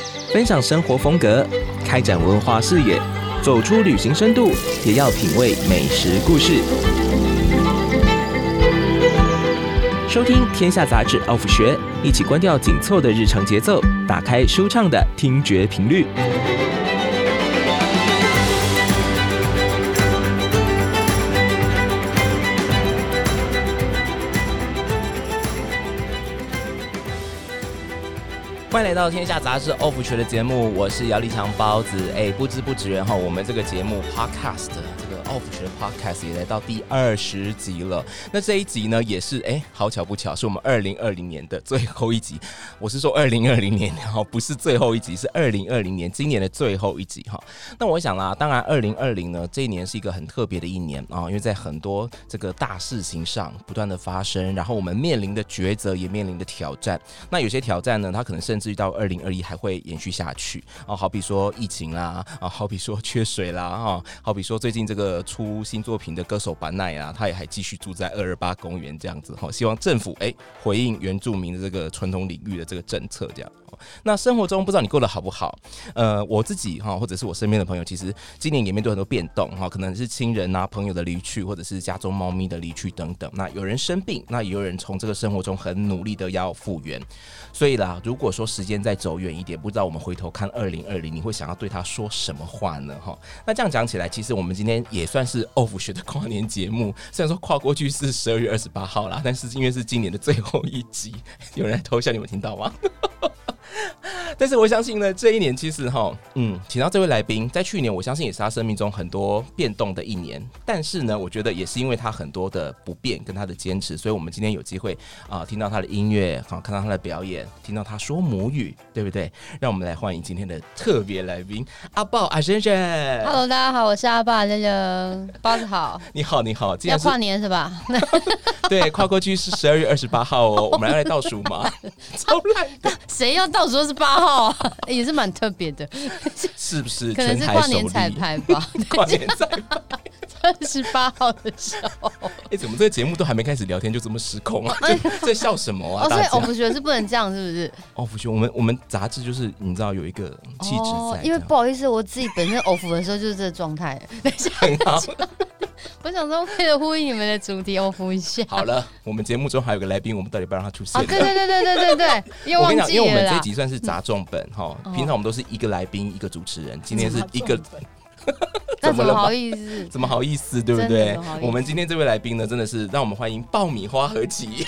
分享生活风格，开展文化视野，走出旅行深度，也要品味美食故事。收听《天下杂志 Off 学》，一起关掉紧凑的日常节奏，打开舒畅的听觉频率。欢迎来到天下杂志 Off 学的节目，我是姚立强包子。不知不觉我们这个节目 Podcast 这个 Off 学的 Podcast 也来到第20集了。那这一集呢，也是好巧不巧，是我们2020年的最后一集。我是说2020年不是最后一集，是2020年今年的最后一集哈。那我想啦，当然2020呢这一年是一个很特别的一年啊，因为在很多这个大事情上不断的发生，然后我们面临的抉择也面临的挑战。那有些挑战呢，它可能甚至于到2021还会延续下去啊，好比说疫情啦，好比说缺水啦，好比说最近这个出新作品的歌手板奈啊，他也还继续住在228公园这样子，希望政府回应原住民的这个传统领域的这个政策这样。那生活中不知道你过得好不好？我自己或者是我身边的朋友，其实今年也面对很多变动可能是亲人啊、朋友的离去，或者是家中猫咪的离去等等。那有人生病，那也有人从这个生活中很努力的要复原。所以啦，如果说时间再走远一点，不知道我们回头看2020，你会想要对他说什么话呢？那这样讲起来，其实我们今天也算是 Off 学的跨年节目。虽然说跨过去是12月28号啦，但是因为是今年的最后一集，有人来偷笑，你们听到吗？但是我相信呢，这一年其实请到这位来宾，在去年我相信也是他生命中很多变动的一年。但是呢，我觉得也是因为他很多的不变跟他的坚持，所以我们今天有机会听到他的音乐，看到他的表演，听到他说母语，对不对？让我们来欢迎今天的特别来宾阿豹阿先生。 Hello， 大家好，我是阿豹先生，包子好。 你好，你好， 要跨年是吧？ 对，跨过去是12月28号哦。我们要来倒数吗？超烂的， 谁要倒数28号啊？也是蛮特别的， 是不是？ 可能是跨年彩排吧。 跨年彩排。 28号的时候， 怎么这个节目都还没开始聊天就这么失控啊？在笑什么啊？ 所以Off学是不能这样，是不是 ？Off学，我们杂志就是你知道有一个气质在， 因为不好意思，我自己本身Off的时候就是这个状态。等一下， 很好。 我想说，为了呼应你们的主题，Off一下。 好了，我们节目中还有个来宾，我们到底不让他出现？ 对，又忘记了。我跟你讲， 因为我们这一集算是砸重本平常我们都是一个来宾一个主持人，今天是一个。 怎么好意思？ 怎么好意思，对不对？我们今天这位来宾呢，真的是让我们欢迎爆米花合集。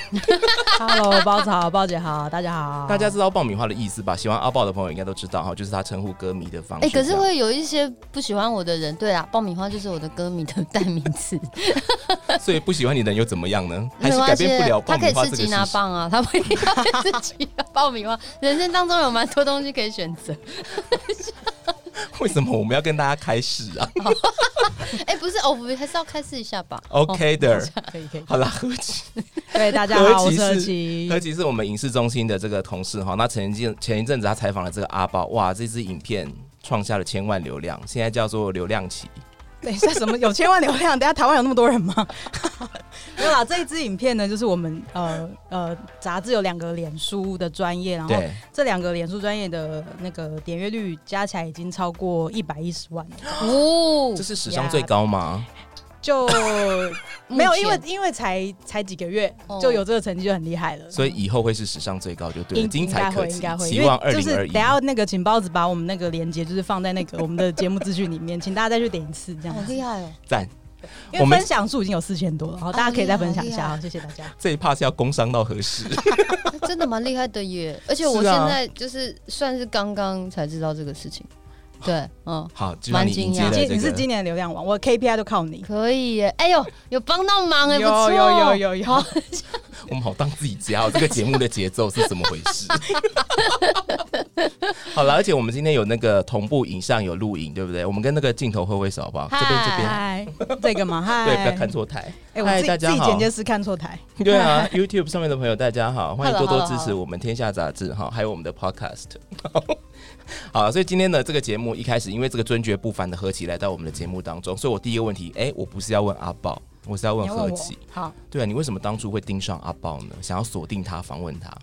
Hello， 包子好，包姐好，大家好。 大家知道爆米花的意思吧？喜欢阿豹的朋友应该都知道就是他称呼歌迷的方式。 可是会有一些不喜欢我的人，对啊，爆米花就是我的歌迷的代名词。 所以不喜欢你的人又怎么样呢？还是改变不了爆米花这个事实。他可以吃吉拿棒啊，他不一定要吃吉拿爆米花。人生当中有蛮多东西可以选择。 为什么我们要跟大家开始啊？ 不是Off还是要开始一下吧 ？OK 的， 可以。 好啦，合集。 对，大家好，我是合集。 合集是我们影视中心的这个同事那前一阵子他采访了这个阿豹，哇，这支影片创下了1000万流量，现在叫做流量期。 等一下，什么有1000万流量？等一下台湾有那么多人吗？没有啦，这一支影片呢，就是我们杂志有2个脸书的专页，然后这2个脸书专页的那个点阅率加起来已经超过110万了。 这是史上最高吗？ 就没有，因为才几个月就有这个成绩就很厉害了， 所以以后会是史上最高就对了，精彩可期， 应该会， 希望2021。 就是等一下那个请包子把我们那个连结就是放在那个我们的节目资讯里面，请大家再去点一次，这样好厉害哦， 赞。 因为分享数已经有4000多了，好，大家可以再分享一下，谢谢大家。 这一趴是要工商到何时？ 真的蛮厉害的耶，而且我现在就是算是刚刚才知道这个事情。对， 好，蛮惊讶。 你是今年的流量王，我的 KPI 都靠你。 可以耶，有帮到忙不错。 有。 我们好当自己家这个节目的节奏是怎么回事？好了，而且我们今天有那个同步影像有录影，对不对？我们跟那个镜头挥挥手好不好？这边， 这个嘛，嗨， 对，不要看错台。 我自己剪接师看错台。 对啊 ，YouTube 上面的朋友大家好，欢迎多多支持我们天下杂志还有我们的 Podcast。好，所以今天的这个节目一开始，因为这个尊爵不凡的合集来到我们的节目当中，所以我第一个问题，我不是要问阿豹，我是要问合集。 好， 对啊，你为什么当初会盯上阿豹呢？想要锁定他，访问他？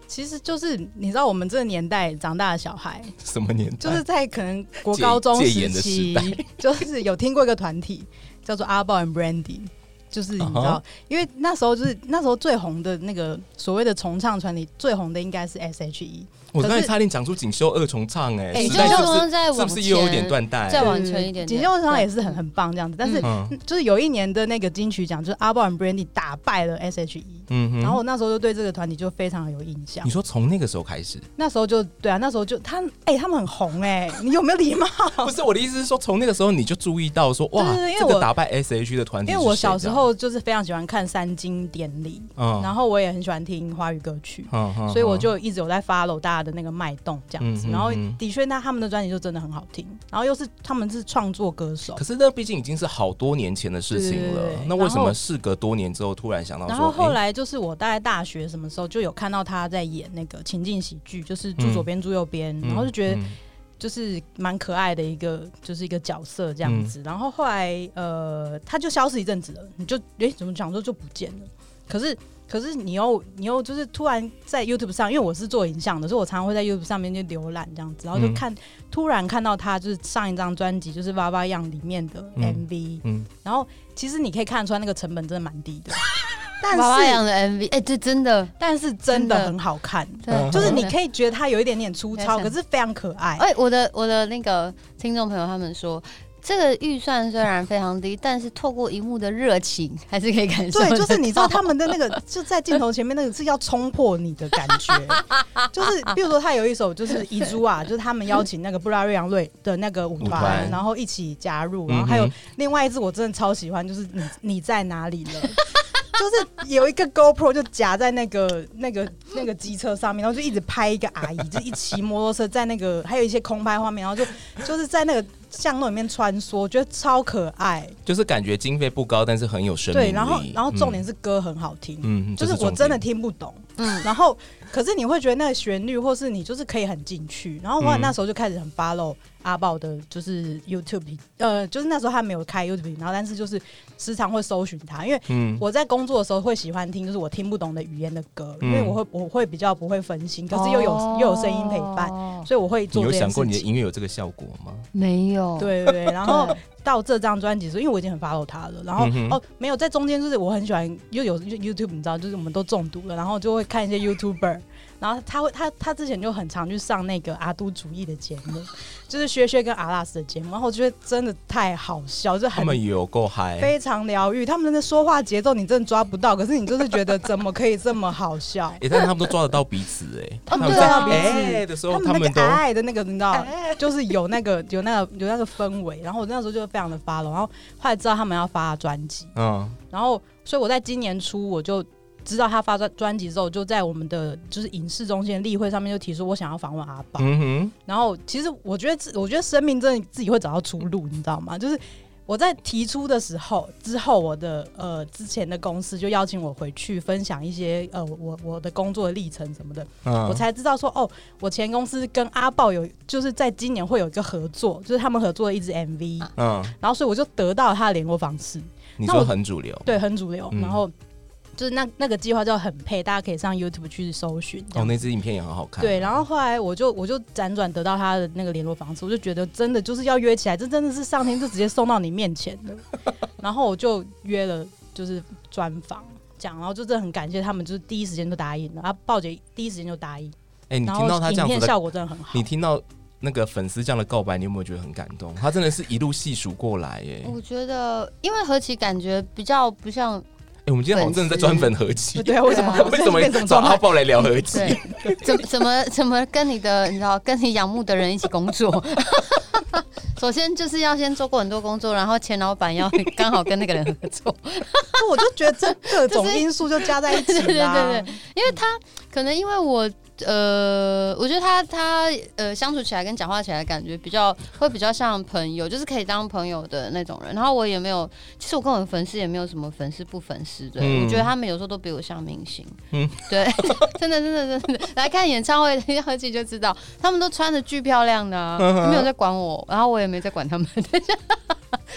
其实就是你知道我们这个年代长大的小孩， 什么年代？ 就是在可能国高中时期，就是有听过一个团体叫做阿豹 and Brandy。就是你知道，因为那时候最红的那个所谓的重唱团体，最红的应该是 S.H.E。 我刚才差点讲出锦绣二重唱锦绣二重唱是不是又有点断代？ 再往前一点， 锦绣二重唱也是很棒这样子。但是就是有一年的那个金曲奖，就是阿豹 and Brandy 打败了 S.H.E。然后我那时候就对这个团体就非常有印象。 你说从那个时候开始？ 那时候就对啊，那时候就他们很红你有没有礼貌？ 不是我的意思是说，从那个时候你就注意到说哇，这个打败 S.H.E 的团体是谁？ 因为我小时候就是非常喜欢看三金典礼，然后我也很喜欢听华语歌曲，所以我就一直有在 follow 大家的那个脉动这样子。然后的确，他们的专辑就真的很好听，然后又是他们是创作歌手。 可是那毕竟已经是好多年前的事情了，那为什么事隔多年之后突然想到说？ 然后后来就是我大概大学什么时候就有看到他在演那个情境喜剧，就是住左边住右边，然后就觉得就是蛮可爱的一个角色这样子。然后后来他就消失一阵子了，你就怎么讲说就不见了。可是你又就是突然在 YouTube 上，因为我是做影像的，所以我常常会在 YouTube 上面就浏览这样子，然后就突然看到他就是上一张专辑就是《娃娃样》里面的 MV，然后其实你可以看得出来那个成本真的蛮低的。但是娃娃样的 MV， 这真的， 但是真的很好看，就是你可以觉得它有一点点粗糙，可是非常可爱。 我的那个听众朋友他们说，这个预算虽然非常低，但是透过荧幕的热情还是可以感受得到。 对，就是你知道他们的那个就在镜头前面那个是要冲破你的感觉，就是比如说他有一首就是遗珠啊，就是他们邀请那个布拉瑞扬瑞的那个舞团，然后一起加入，然后还有另外一支我真的超喜欢，就是你在哪里了。就是有一个 GoPro 就夹在那个机车上面，然后就一直拍一个阿姨，就一骑摩托车在那个，还有一些空拍画面，然后就是在那个巷弄里面穿梭，我觉得超可爱。 就是感觉经费不高，但是很有生命力。 对，然后重点是歌很好听，就是我真的听不懂，然后可是你会觉得那个旋律，或是你就是可以很进去。然后我那时候就开始很 follow 阿豹的，就是 YouTube，就是那时候他没有开 YouTube， 然后但是就是时常会搜寻他，因为我在工作的时候会喜欢听就是我听不懂的语言的歌，因为我会比较不会分心，可是又有声音陪伴，所以我会做这件事情。你有想过你的音乐有这个效果吗？ 没有。 对，然后到这张专辑的时候，因为我已经很 follow 他了，然后没有在中间，就是我很喜欢又有 YouTube， 你知道，就是我们都中毒了，然后就会看一些 YouTuber， 然后他之前就很常去上那个阿都主义的节目，就是薛跟阿拉斯的节目，然后我觉得真的太好笑，就他们有够嗨， 非常疗愈，他们的说话节奏你真的抓不到，可是你就是觉得怎么可以这么好笑？ 但是他们都抓得到彼此他们抓到彼此的时候， 他们那个爱的那个你知道，就是有那个氛围，然后我那时候就非常的follow，然后后来知道他们要发专辑，然后所以我在今年初我就知道他发专辑之后，就在我们的就是影视中心的例会上面就提出我想要访问阿豹，然后其实我觉得生命真的自己会找到出路，你知道吗？就是我在提出的时候之后，我的之前的公司就邀请我回去分享一些我的工作的历程什么的，我才知道说我前公司跟阿豹有就是在今年会有一个合作，就是他们合作的一支 MV，然后所以我就得到了他的联络方式。 你说很主流？ 对，很主流，然后。就是那个计划叫很配，大家可以上 YouTube 去搜寻。 那支影片也很好看。 对，然后后来我就辗转得到他的那个联络方式，我就觉得真的就是要约起来，这真的是上天就直接送到你面前的。然后我就约了，就是专访这样，然后就真的很感谢他们，就是第一时间就答应了。豹姐第一时间就答应。 你听到他这样子的影片效果真的很好。 你听到那个粉丝这样的告白，你有没有觉得很感动？他真的是一路细数过来耶。 我觉得，因为何其感觉比较不像。 我们今天好像真的在专粉合集。 对啊，为什么找阿豹来聊合集？ 怎么跟你的你知道跟你仰慕的人一起工作？首先就是要先做过很多工作，然后前老板要刚好跟那个人合作。 我就觉得这各种因素就加在一起啦。 对，因为他可能因为我觉得他相处起来跟讲话起来感觉比较像朋友，就是可以当朋友的那种人。然后我也没有，其实我跟我的粉丝也没有什么粉丝不粉丝的，我觉得他们有时候都比我像明星。对，真的来看演唱会的合集就知道，他们都穿的巨漂亮的，没有在管我，然后我也没在管他们。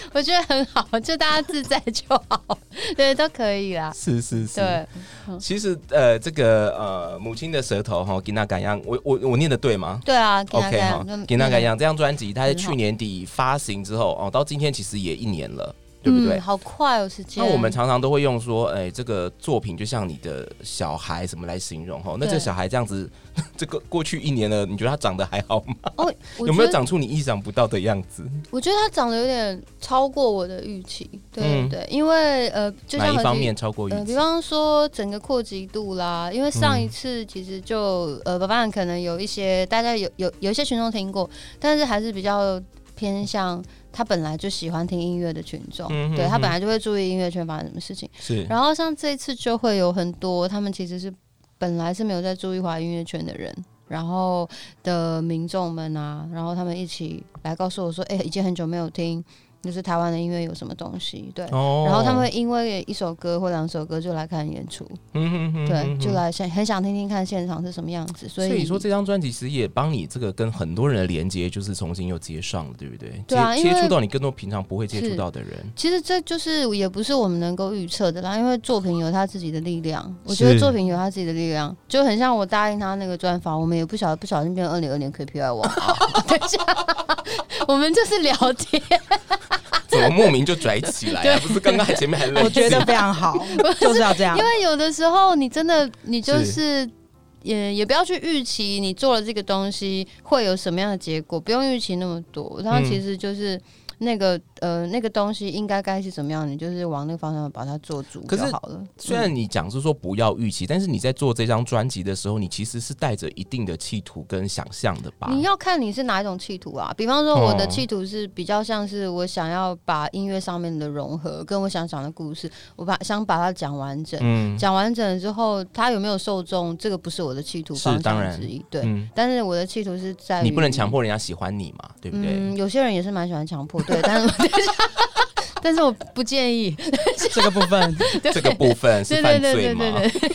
我觉得很好，就大家自在就好，对，都可以啦。 是是是， 对。 其实这个母亲的舌头哈，吉娜改样，我念的对吗？ 对啊 ，OK 哈，吉娜改样这张专辑，它在去年底发行之后哦，到今天其实也1年了。对不对？ 好快哦，时间。 那我们常常都会用说，这个作品就像你的小孩怎么来形容哈？那这个小孩这样子，这个过去1年了，你觉得他长得还好吗？哦，有没有长出你意想不到的样子？ 我觉得他长得有点超过我的预期，对对，因为就像哪一方面超过预期？ 比方说整个扩及度啦，因为上一次其实就爸爸可能有一些大家有一些群众听过，但是还是比较偏向。他本来就喜欢听音乐的群众，对他本来就会注意音乐圈发生什么事情。 是， 然后像这一次就会有很多他们其实是本来是没有在注意华音乐圈的人，然后的民众们啊，然后他们一起来告诉我说，已经很久没有听。就是台湾的音乐有什么东西，对，然后他们会因为1首歌或2首歌就来看演出，对，就来很想听听看现场是什么样子，所以说这张专辑其实也帮你这个跟很多人的连接，就是重新又接上了，对不对？ 对啊， 接触到你更多平常不会接触到的人。 其实这就是也不是我们能够预测的啦，因为作品有他自己的力量，我觉得作品有他自己的力量，就很像我答应他那个专访，我们也不小心变成2022年 KPI 王，等一下，我们就是聊天。 怎么莫名就拽起来啊？不是刚刚前面还冷？ 我觉得非常好，就是要这样。 因为有的时候你真的，你就是也不要去预期你做了这个东西会有什么样的结果，不用预期那么多。然后其实就是那个东西应该是怎么样，你就是往那个方向把它做足就好了。 虽然你讲是说不要预期，但是你在做这张专辑的时候，你其实是带着一定的企图跟想象的吧？ 你要看你是哪一种企图啊。比方说我的企图是比较像是我想要把音乐上面的融合跟我想讲的故事，想把它讲完整。讲完整了之后，它有没有受众，这个不是我的企图方向之一。对，但是我的企图是在于你不能强迫人家喜欢你嘛，对不对？ 有些人也是蛮喜欢强迫，对，但是我不建议这个部分， 这个部分是犯罪吗？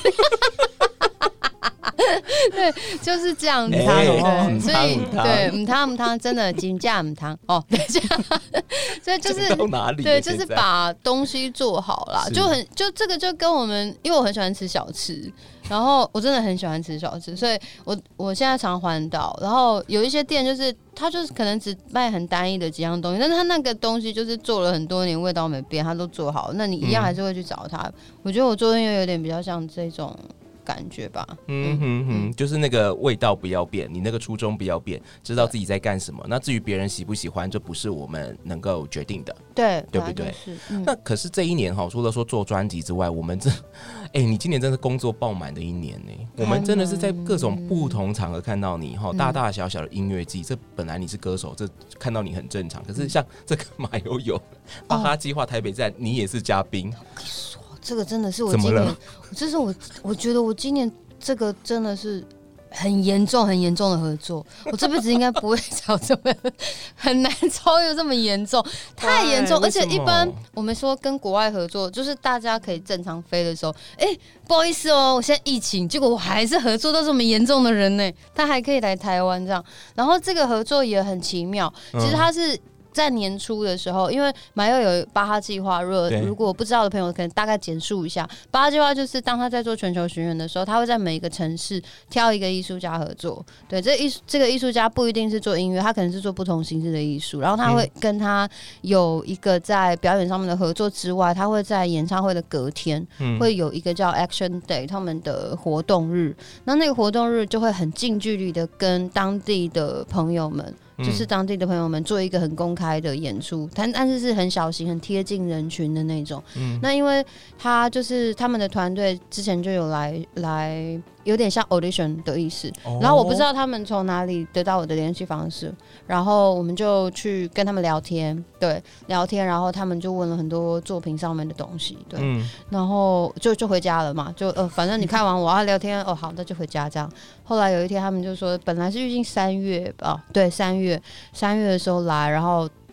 对，就是这样子。所以对母汤真的金价母汤哦，等一下，所以就是到哪里？ 对，就是把东西做好啦，就这个就跟我们，因为我很喜欢吃小吃，然后我真的很喜欢吃小吃，所以我现在常环岛，然后有一些店就是他就是可能只卖很单一的几样东西，但是他那个东西就是做了很多年，味道没变，他都做好，那你一样还是会去找他。我觉得我做音乐有点比较像这种感觉吧， 就是那个味道不要变，你那个初衷不要变，知道自己在干什么。那至于别人喜不喜欢，这不是我们能够决定的， 对不对？ 那可是这1年哈，除了说做专辑之外，我们你今年真是工作爆满的1年呢。我们真的是在各种不同场合看到你哈，大大小小的音乐季，这本来你是歌手，这看到你很正常。可是像这个马友友巴哈计划台北站，你也是嘉宾。 这个真的是我今年，这是我觉得我今年这个真的是很严重的合作，我这辈子应该不会找这么很难超越这么严重，太严重。而且一般我们说跟国外合作，就是大家可以正常飞的时候，不好意思哦，我现在疫情，结果我还是合作到这么严重的人呢，他还可以来台湾这样。然后这个合作也很奇妙，其实他是。在年初的时候，因为马友有巴哈计划，如果不知道的朋友可能大概简述一下，巴哈计划就是当他在做全球巡演的时候，他会在每一个城市挑一个艺术家合作。对，这个艺术家不一定是做音乐，他可能是做不同形式的艺术，然后他会跟他有一个在表演上面的合作之外，他会在演唱会的隔天会有一个叫 Action Day 他们的活动日，那个活动日就会很近距离的跟当地的朋友们。就是当地的朋友们做一个很公开的演出，但是是很小型、很贴近人群的那种。那因为他就是他们的团队之前就有来有点像 audition 的意思，然后我不知道他们从哪里得到我的联系方式，然后我们就去跟他们聊天，对，聊天，然后他们就问了很多作品上面的东西，对，然后就回家了嘛，就反正你看完我要聊天，好，那就回家这样。后来有一天他们就说，本来是预计3月吧，对，3月的时候来，然后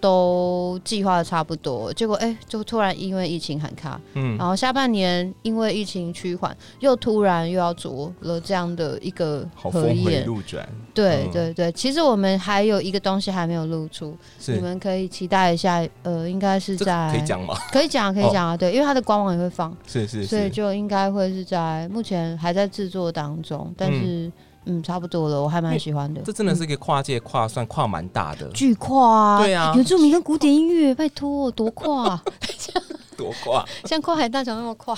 都计划的差不多，结果就突然因为疫情喊卡，然后下半年因为疫情趋缓，又突然又要做了这样的一个合演， 峰回路转。 对对对，其实我们还有一个东西还没有露出，你们可以期待一下，应该是在可以讲吗？ 可以讲啊，对，因为它的官网也会放， 是， 所以就应该会是在目前还在制作当中，但是。差不多了，我还蛮喜欢的。 这真的是一个跨界算跨蛮大的， 巨跨对啊， 原住民跟古典音乐，拜托多跨， 多跨， 像跨海大桥那么跨，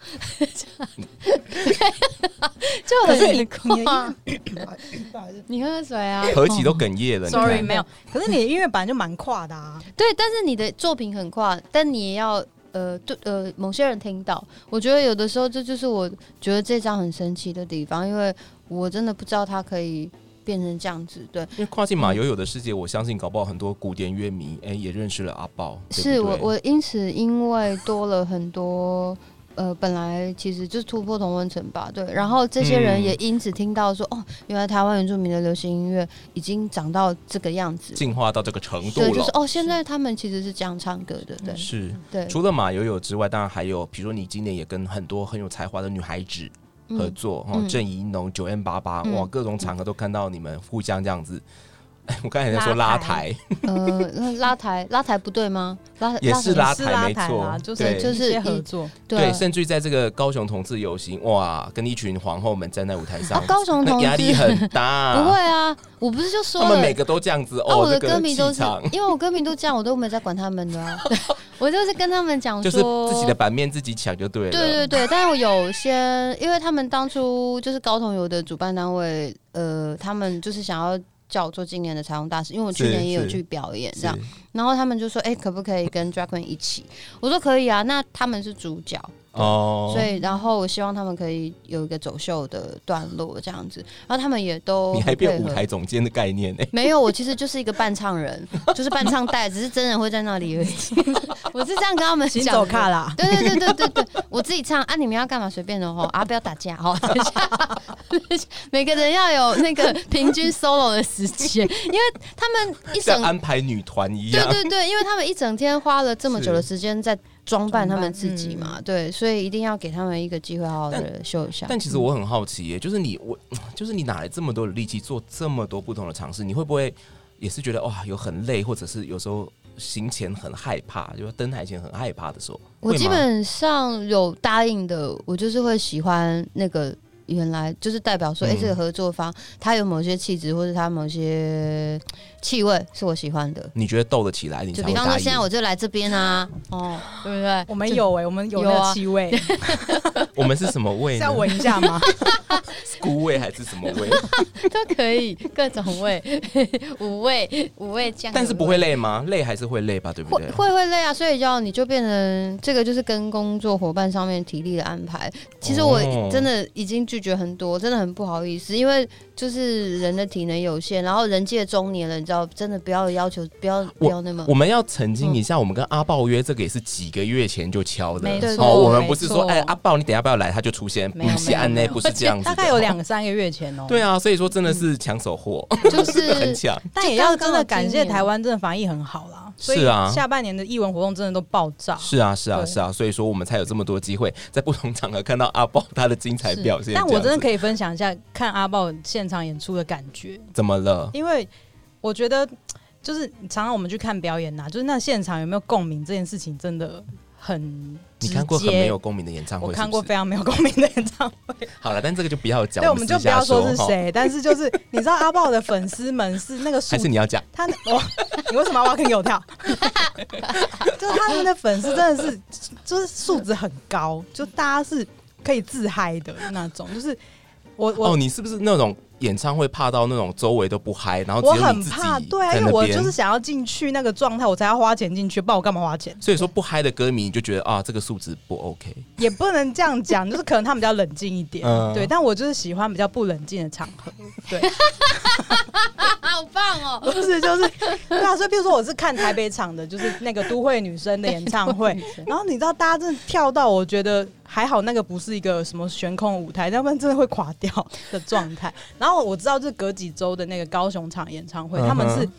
就很跨。你喝水啊？ 何其都哽咽了。 Sorry， 没有。可是你的音乐本来就蛮跨的啊。 对，但是你的作品很跨，但你也要。某些人听到，我觉得有的时候这就是我觉得这张很神奇的地方，因为我真的不知道它可以变成这样子。对， 因为跨进马友友的世界，我相信搞不好很多古典乐迷也认识了阿豹。 是我因为多了很多。本来其实就是突破同温层吧，对。然后这些人也因此听到说，原来台湾原住民的流行音乐已经长到这个样子， 进化到这个程度了。 对，就是现在他们其实是这样唱歌的，对。 是， 对。 除了马友友之外，当然还有，比如说你今年也跟很多很有才华的女孩子合作，郑怡农、9M88，哇，各种场合都看到你们互相这样子。我刚才在说拉台， 拉台不对吗？ 也是拉台，没错， 就是一些合作， 对，甚至于在这个高雄同志游行，哇，跟一群皇后们站在舞台上， 高雄同志压力很大。 不会啊，我不是就说了， 他们每个都这样子我的歌迷都是，因为我歌迷都这样，我都没在管他们的啊。我就是跟他们讲说， 就是自己的版面自己抢就对了。 对对对，但是我有些，因为他们当初就是高同游的主办单位，他们就是想要。叫我做今年的彩虹大使，因为我去年也有去表演这样，然后他们就说，可不可以跟 Drag Queen 一起？我说可以啊，那他们是主角所以然后我希望他们可以有一个走秀的段落这样子，然后他们也都你还变舞台总监的概念没有，我其实就是一个伴唱人，就是伴唱带，只是真人会在那里而已。我是这样跟他们讲， 行走卡啦， 对，我自己唱啊，你们要干嘛随便的不要打架每个人要有那个平均 solo 的时间，因为他们一整安排女团一样， 对，因为他们一整天花了这么久的时间在装扮他们自己嘛，对，所以一定要给他们一个机会好好的秀一下。 但其实我很好奇耶，就是你哪来这么多的力气做这么多不同的尝试？你会不会也是觉得有很累，或者是有时候行前很害怕，就登台前很害怕的时候？ 我基本上有答应的，我就是会喜欢那个。原来就是代表说，这个合作方他有某些气质，或者他某些气味是我喜欢的。 你觉得斗得起来，你才会答应。 就比方说，现在我就来这边啊，对不对？ 我们有我们有那个气味。 我们是什么味呢？ 是要闻一下吗？ 菇味还是什么味？ 都可以，各种味，五味酱。 但是不会累吗？累还是会累吧，对不对？ 会累啊，所以你就变成这个，就是跟工作伙伴上面体力的安排。其实我真的已经拒绝很多，真的很不好意思，因为就是人的体能有限，然后人届中年了，你知道，真的不要要求，不要那么。 我们要澄清一下，我们跟阿豹约这个也是几个月前就敲的， 没错。 我们不是说阿豹你等一下不要来，他就出现，不是按内，不是这样子。 大概有2-3个月前对啊，所以说真的是抢手货， 就是很抢。 但也要真的感谢台湾，真的防疫很好啦。 是啊， 下半年的艺文活动真的都爆炸。 是啊，所以说我们才有这么多机会在不同场合看到阿豹他的精彩表现。 但我真的可以分享一下看阿豹现场演出的感觉。 怎么了？ 因为我觉得就是常常我们去看表演就是那现场有没有共鸣这件事情真的很你看过很没有共鸣的演唱会？ 我看过非常没有共鸣的演唱会。 好了，但这个就不要讲， 对，我们就不要说是谁。但是就是你知道阿豹的粉丝们是那个还是你要讲他？你为什么要挖坑给我跳？就是他们的粉丝真的是就是素质很高，就大家是可以自嗨的那种。就是你是不是那种演唱会怕到那种周围都不嗨，然后只有你自己在那边？我很怕，对啊， 因为我就是想要进去那个状态，我才要花钱进去，不然我干嘛花钱？ 所以说不嗨的歌迷你就觉得这个素质不 OK， 也不能这样讲，就是可能他们比较冷静一点，对，但我就是喜欢比较不冷静的场合，对， 好棒哦！ 不是，就是对啊，所以比如说我是看台北场的，就是那个都会女生的演唱会，然后你知道大家真的跳到，我觉得还好，那个不是一个什么悬空舞台，要不然真的会垮掉的状态。然后我知道，就是隔几周的那个高雄场演唱会，他们是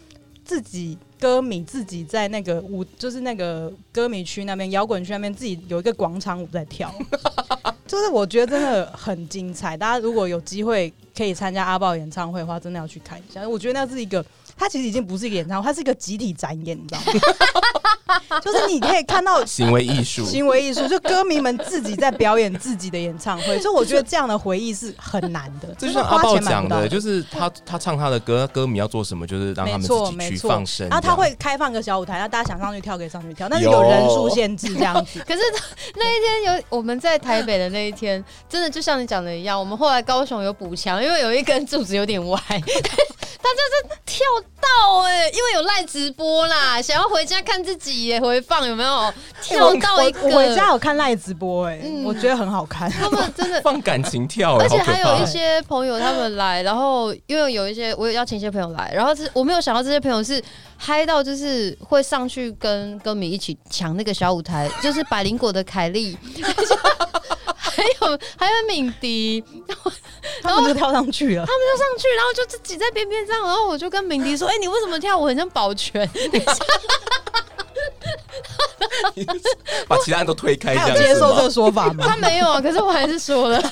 自己歌迷自己在那个舞，就是那个歌迷区那边、摇滚区那边自己有一个广场舞在跳，就是我觉得真的很精彩。大家如果有机会可以参加阿爆演唱会的话，真的要去看一下。我觉得那是一个，它其实已经不是一个演唱会，它是一个集体展演，你知道吗？就是你可以看到行为艺术， 就歌迷们自己在表演自己的演唱会，所以我觉得这样的回忆是很难的。 就像阿爆讲的，就是他唱他的歌，歌迷要做什么，就是让他们自己去放声。 然后他会开放个小舞台，让大家想上去跳可以上去跳，但是有人数限制这样子。 可是那一天我们在台北的那一天，真的就像你讲的一样，我们后来高雄有补强，因为有一根柱子有点歪。他就是跳到因为有赖直播啦，想要回家看自己也回放，有没有？跳到一个， 我回家有看赖直播我觉得很好看。 他们真的放感情跳， 而且还有一些朋友他们来，然后因为有一些我有邀请一些朋友来，然后我没有想到这些朋友是嗨到就是会上去跟歌迷一起抢那个小舞台，就是百灵果的凯莉。还有敏迪， 他们就跳上去了， 然后就自己在边边这样，然后我就跟敏迪说：“你为什么跳舞很像保全？” 把其他人都推开，这样他有接受这个说法吗？ 他没有啊，可是我还是说了。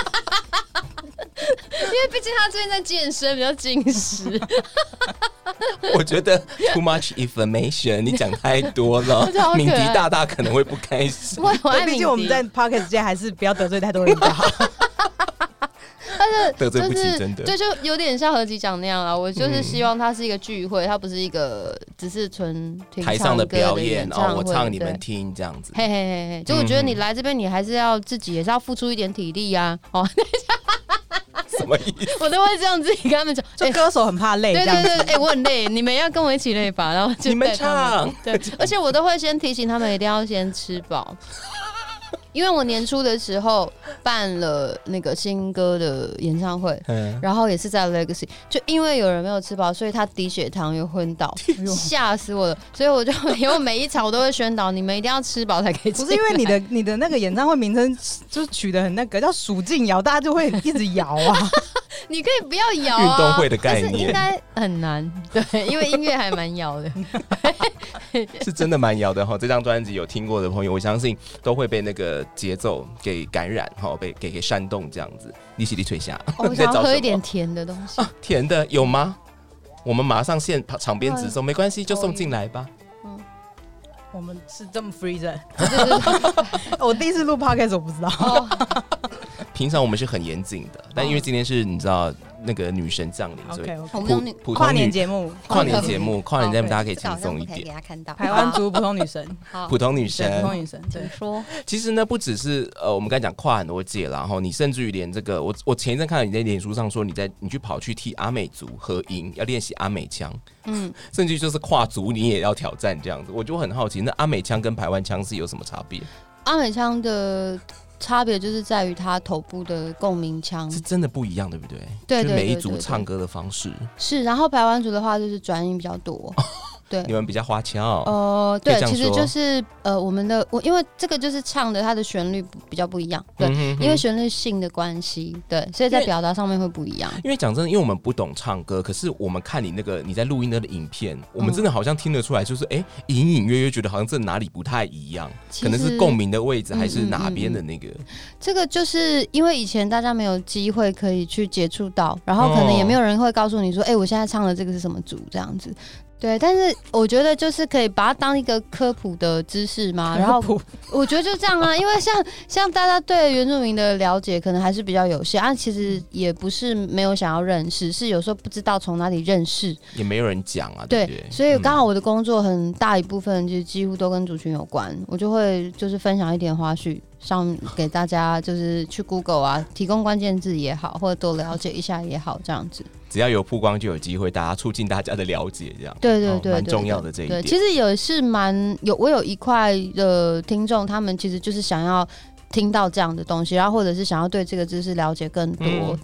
因为毕竟他最近在健身，比较紧实。 我觉得 too much information， 你讲太多了，敏迪大大可能会不开心。 毕竟我们在 podcast 间还是不要得罪太多人就好。 但是得罪不起，真的。 对，就有点像何吉讲那样啦。我就是希望它是一个聚会，它不是一个只是纯台上的表演我唱你们听这样子。 嘿嘿嘿嘿，就我觉得你来这边，你还是要自己也是要付出一点体力啊。 什么意思？ 我都会这样自己跟他们讲， 就歌手很怕累， 对对对，我很累，你们要跟我一起累吧，然后就你们唱， 对，而且我都会先提醒他们一定要先吃饱。因为我年初的时候办了那个新歌的演唱会，然后也是在 Legacy， 就因为有人没有吃饱，所以他低血糖又昏倒，吓死我了。所以我就以后每一场我都会宣导，你们一定要吃饱才可以吃。 不是因为你的那个演唱会名称就取得很那个叫数劲摇，大家就会一直摇啊。 你可以不要摇啊， 运动会的概念， 可是应该很难，对，因为音乐还蛮摇的， 是真的蛮摇的哈。这张专辑有听过的朋友，我相信都会被那个节奏给感染哈，被给煽动这样子。你起立吹下， 我想要喝一点甜的东西甜的有吗？我们马上场边直送，没关系，就送进来吧。 我们是这么 free 的，我第一次录 podcast 我不知道。 平常我们是很严谨的，但因为今天是你知道那个女神降临，所以普跨年节目， 跨年节目大家可以轻松一点。 台湾族普通女神， 普通女神， 对说。 其实呢，不只是我们刚才讲跨很多界啦，然后你甚至于连这个，我前一阵看到你在脸书上说你去跑去替阿美族合音，要练习阿美腔，甚至就是跨族你也要挑战这样子，我就很好奇，那阿美腔跟排湾腔是有什么差别？ 阿美腔的差别就是在于它头部的共鸣腔是真的不一样，对不对？ 对， 就每一族唱歌的方式是，然后排湾族的话就是转音比较多。对， 你们比较花俏。 对，其实就是因为这个就是唱的，它的旋律比较不一样，对，因为旋律性的关系，对，所以在表达上面会不一样。 因为讲真的，因为我们不懂唱歌，可是我们看你在录音的影片，我们真的好像听得出来，就是隐隐约约觉得好像这哪里不太一样，可能是共鸣的位置，还是哪边的那个。 这个就是因为以前大家没有机会可以去接触到，然后可能也没有人会告诉你说，我现在唱的这个是什么组这样子。对，但是我觉得就是可以把它当一个科普的知识嘛，然后我觉得就这样啊，因为像大家对原住民的了解可能还是比较有限啊，其实也不是没有想要认识，是有时候不知道从哪里认识， 也没有人讲啊，对不对？ 所以刚好我的工作很大一部分就几乎都跟族群有关，我就会就是分享一点花絮上给大家，就是去 Google 啊，提供关键字也好，或者多了解一下也好，这样子。 只要有曝光就有机会，大家促进大家的了解，这样对对对， 蛮重要的这一点。 其实也是我有一块的听众，他们其实就是想要听到这样的东西，然后或者是想要对这个知识了解更多，对。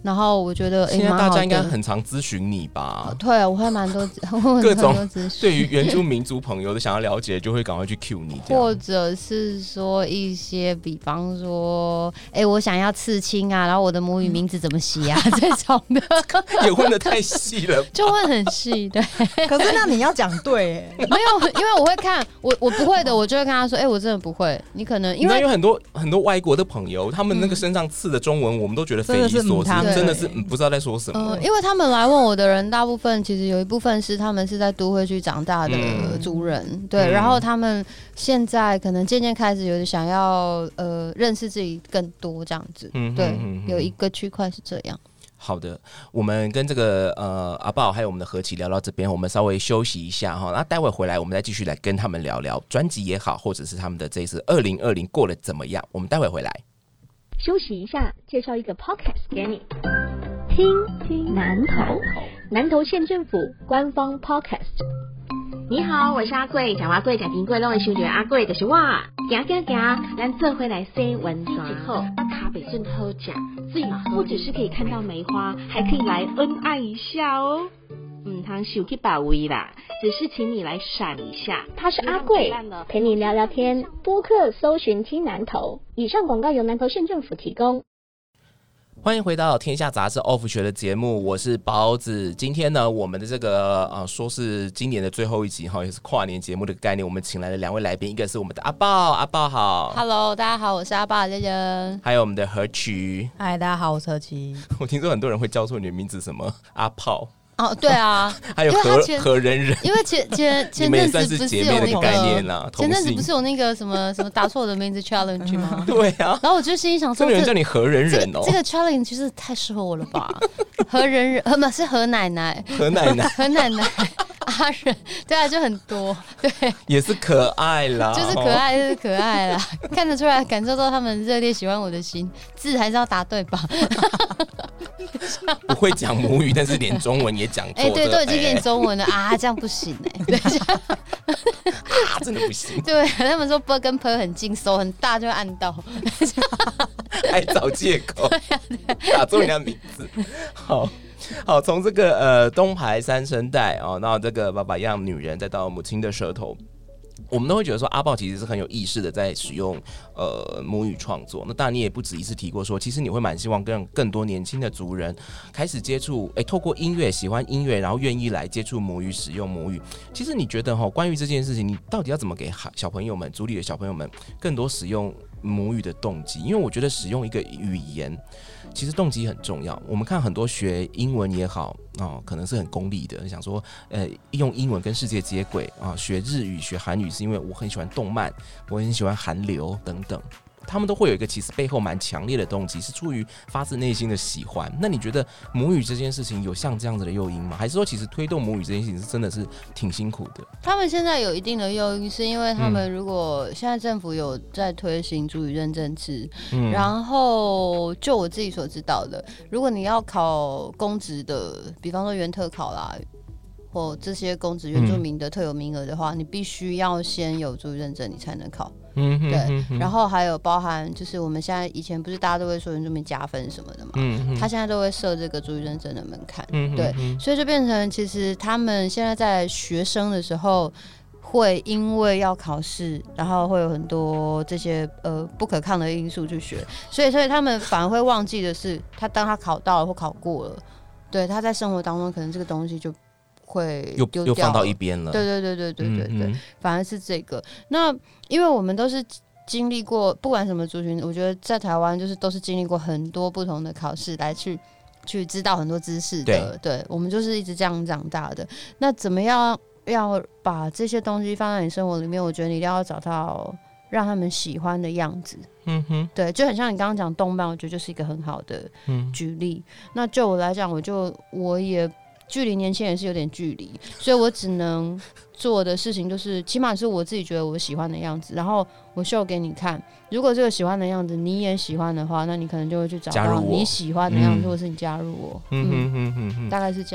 然后我觉得， 现在大家应该很常咨询你吧？ 对，我会蛮多各种对于原住民族朋友的想要了解，就会赶快去 Q 你， 或者是说一些，比方说，我想要刺青啊，然后我的母语名字怎么写啊，这种的， 也问得太细了， 就会很细，对。 可是那你要讲对， 没有，因为我会看，我不会的，我就会跟他说，我真的不会，你可能因为有很多外国的朋友，他们那个身上刺的中文，我们都觉得匪夷所思，真的是不知道在说什么。 因为他们来问我的人，大部分其实有一部分是他们是在都会区长大的族人，对，然后他们现在可能渐渐开始有点想要认识自己更多这样子，对，有一个区块是这样。 好的，我们跟这个阿豹还有我们的何琪聊到这边，我们稍微休息一下哈，那待会回来我们再继续来跟他们聊聊专辑也好，或者是他们的这一次2020过得怎么样，我们待会回来。 休息一下，介绍一个 podcast 给你听南投，南投县政府官方 podcast。你好，我是阿贵，讲阿贵讲评贵，拢会想着阿贵就是我。行，咱做回来洗温泉，之后咖啡真好吃，最嘛不只是可以看到梅花，还可以来恩爱一下哦。通想去别位啦，只是请你来闪一下。他是阿贵，陪你聊聊天。播客搜寻听南投。以上广告由南投县政府提供。 欢迎回到天下杂志 Off 学的节目，我是包子。今天呢，我们的这个说是今年的最后一集哈，也是跨年节目的概念。我们请来了2位来宾，一个是我们的阿豹，阿豹好 ，Hello， 大家好，我是阿豹的人， 还有我们的何曲， 嗨，大家好，我是何曲。 我听说很多人会叫错你的名字，什么阿炮。 哦，对啊， 还有何人， 因为前阵子不是有那个概念啦，前阵子不是有那个什么打错我的名字 challenge 吗？ 对啊， 然后我就心里想说， 有人叫你何人哦， 这个 challenge 就是太适合我了吧？何人不是何奶奶， 何奶奶， 何奶奶。阿人，对啊，就很多，对， 也是可爱啦， 就是可爱，就是可爱啦，看得出来，感受到他们热烈喜欢我的心，字还是要答对吧？ 不会讲母语，但是连中文也讲错， 对，都已经给你中文了啊，这样不行真的不行。 对，他们说 b 跟 p 很近，手很大就会按到， 还找借口，打错人家名字，好，从这个东排三声带哦，到这个爸爸一样女人，再到母亲的舌头，我们都会觉得说阿豹其实是很有意识的在使用母语创作。那当然你也不止一次提过说，其实你会蛮希望跟更多年轻的族人开始接触，透过音乐喜欢音乐，然后愿意来接触母语，使用母语。其实你觉得关于这件事情，你到底要怎么给小朋友们、族里的小朋友们更多使用母语的动机？因为我觉得使用一个语言，其实动机很重要。我们看很多学英文也好可能是很功利的，想说用英文跟世界接轨学日语、学韩语是因为我很喜欢动漫，我很喜欢韩流等等。他们都会有一个其实背后蛮强烈的动机，是出于发自内心的喜欢。那你觉得母语这件事情有像这样子的诱因吗？还是说其实推动母语这件事情是真的是挺辛苦的？ 他们现在有一定的诱因，是因为他们如果现在政府有在推行族语认证制，然后就我自己所知道的，如果你要考公职的，比方说原特考啦，或这些公职原住民的特有名额的话，你必须要先有族语认证，你才能考。对，然后还有包含就是我们现在以前不是大家都会说原住民加分什么的嘛，他现在都会设这个族语认证的门槛，对，所以就变成其实他们现在在学生的时候会因为要考试，然后会有很多这些不可抗的因素去学，所以他们反而会忘记的是，当他考到了或考过了，对，他在生活当中可能这个东西就会又放到一边了。 对，反而是这个。那因为我们都是经历过，不管什么族群，我觉得在台湾就是都是经历过很多不同的考试来去知道很多知识的。对，我们就是一直这样长大的。那怎么样要把这些东西放在你生活里面？我觉得你一定要找到让他们喜欢的样子。对，就很像你刚刚讲动漫，我觉得就是一个很好的举例。那就我来讲，我也距离年轻人是有点距离，所以我只能做的事情就是起码是我自己觉得我喜欢的样子，然后我秀给你看。如果这个喜欢的样子你也喜欢的话，那你可能就会去找到你喜欢的样子，或者是你加入我。大概是这样。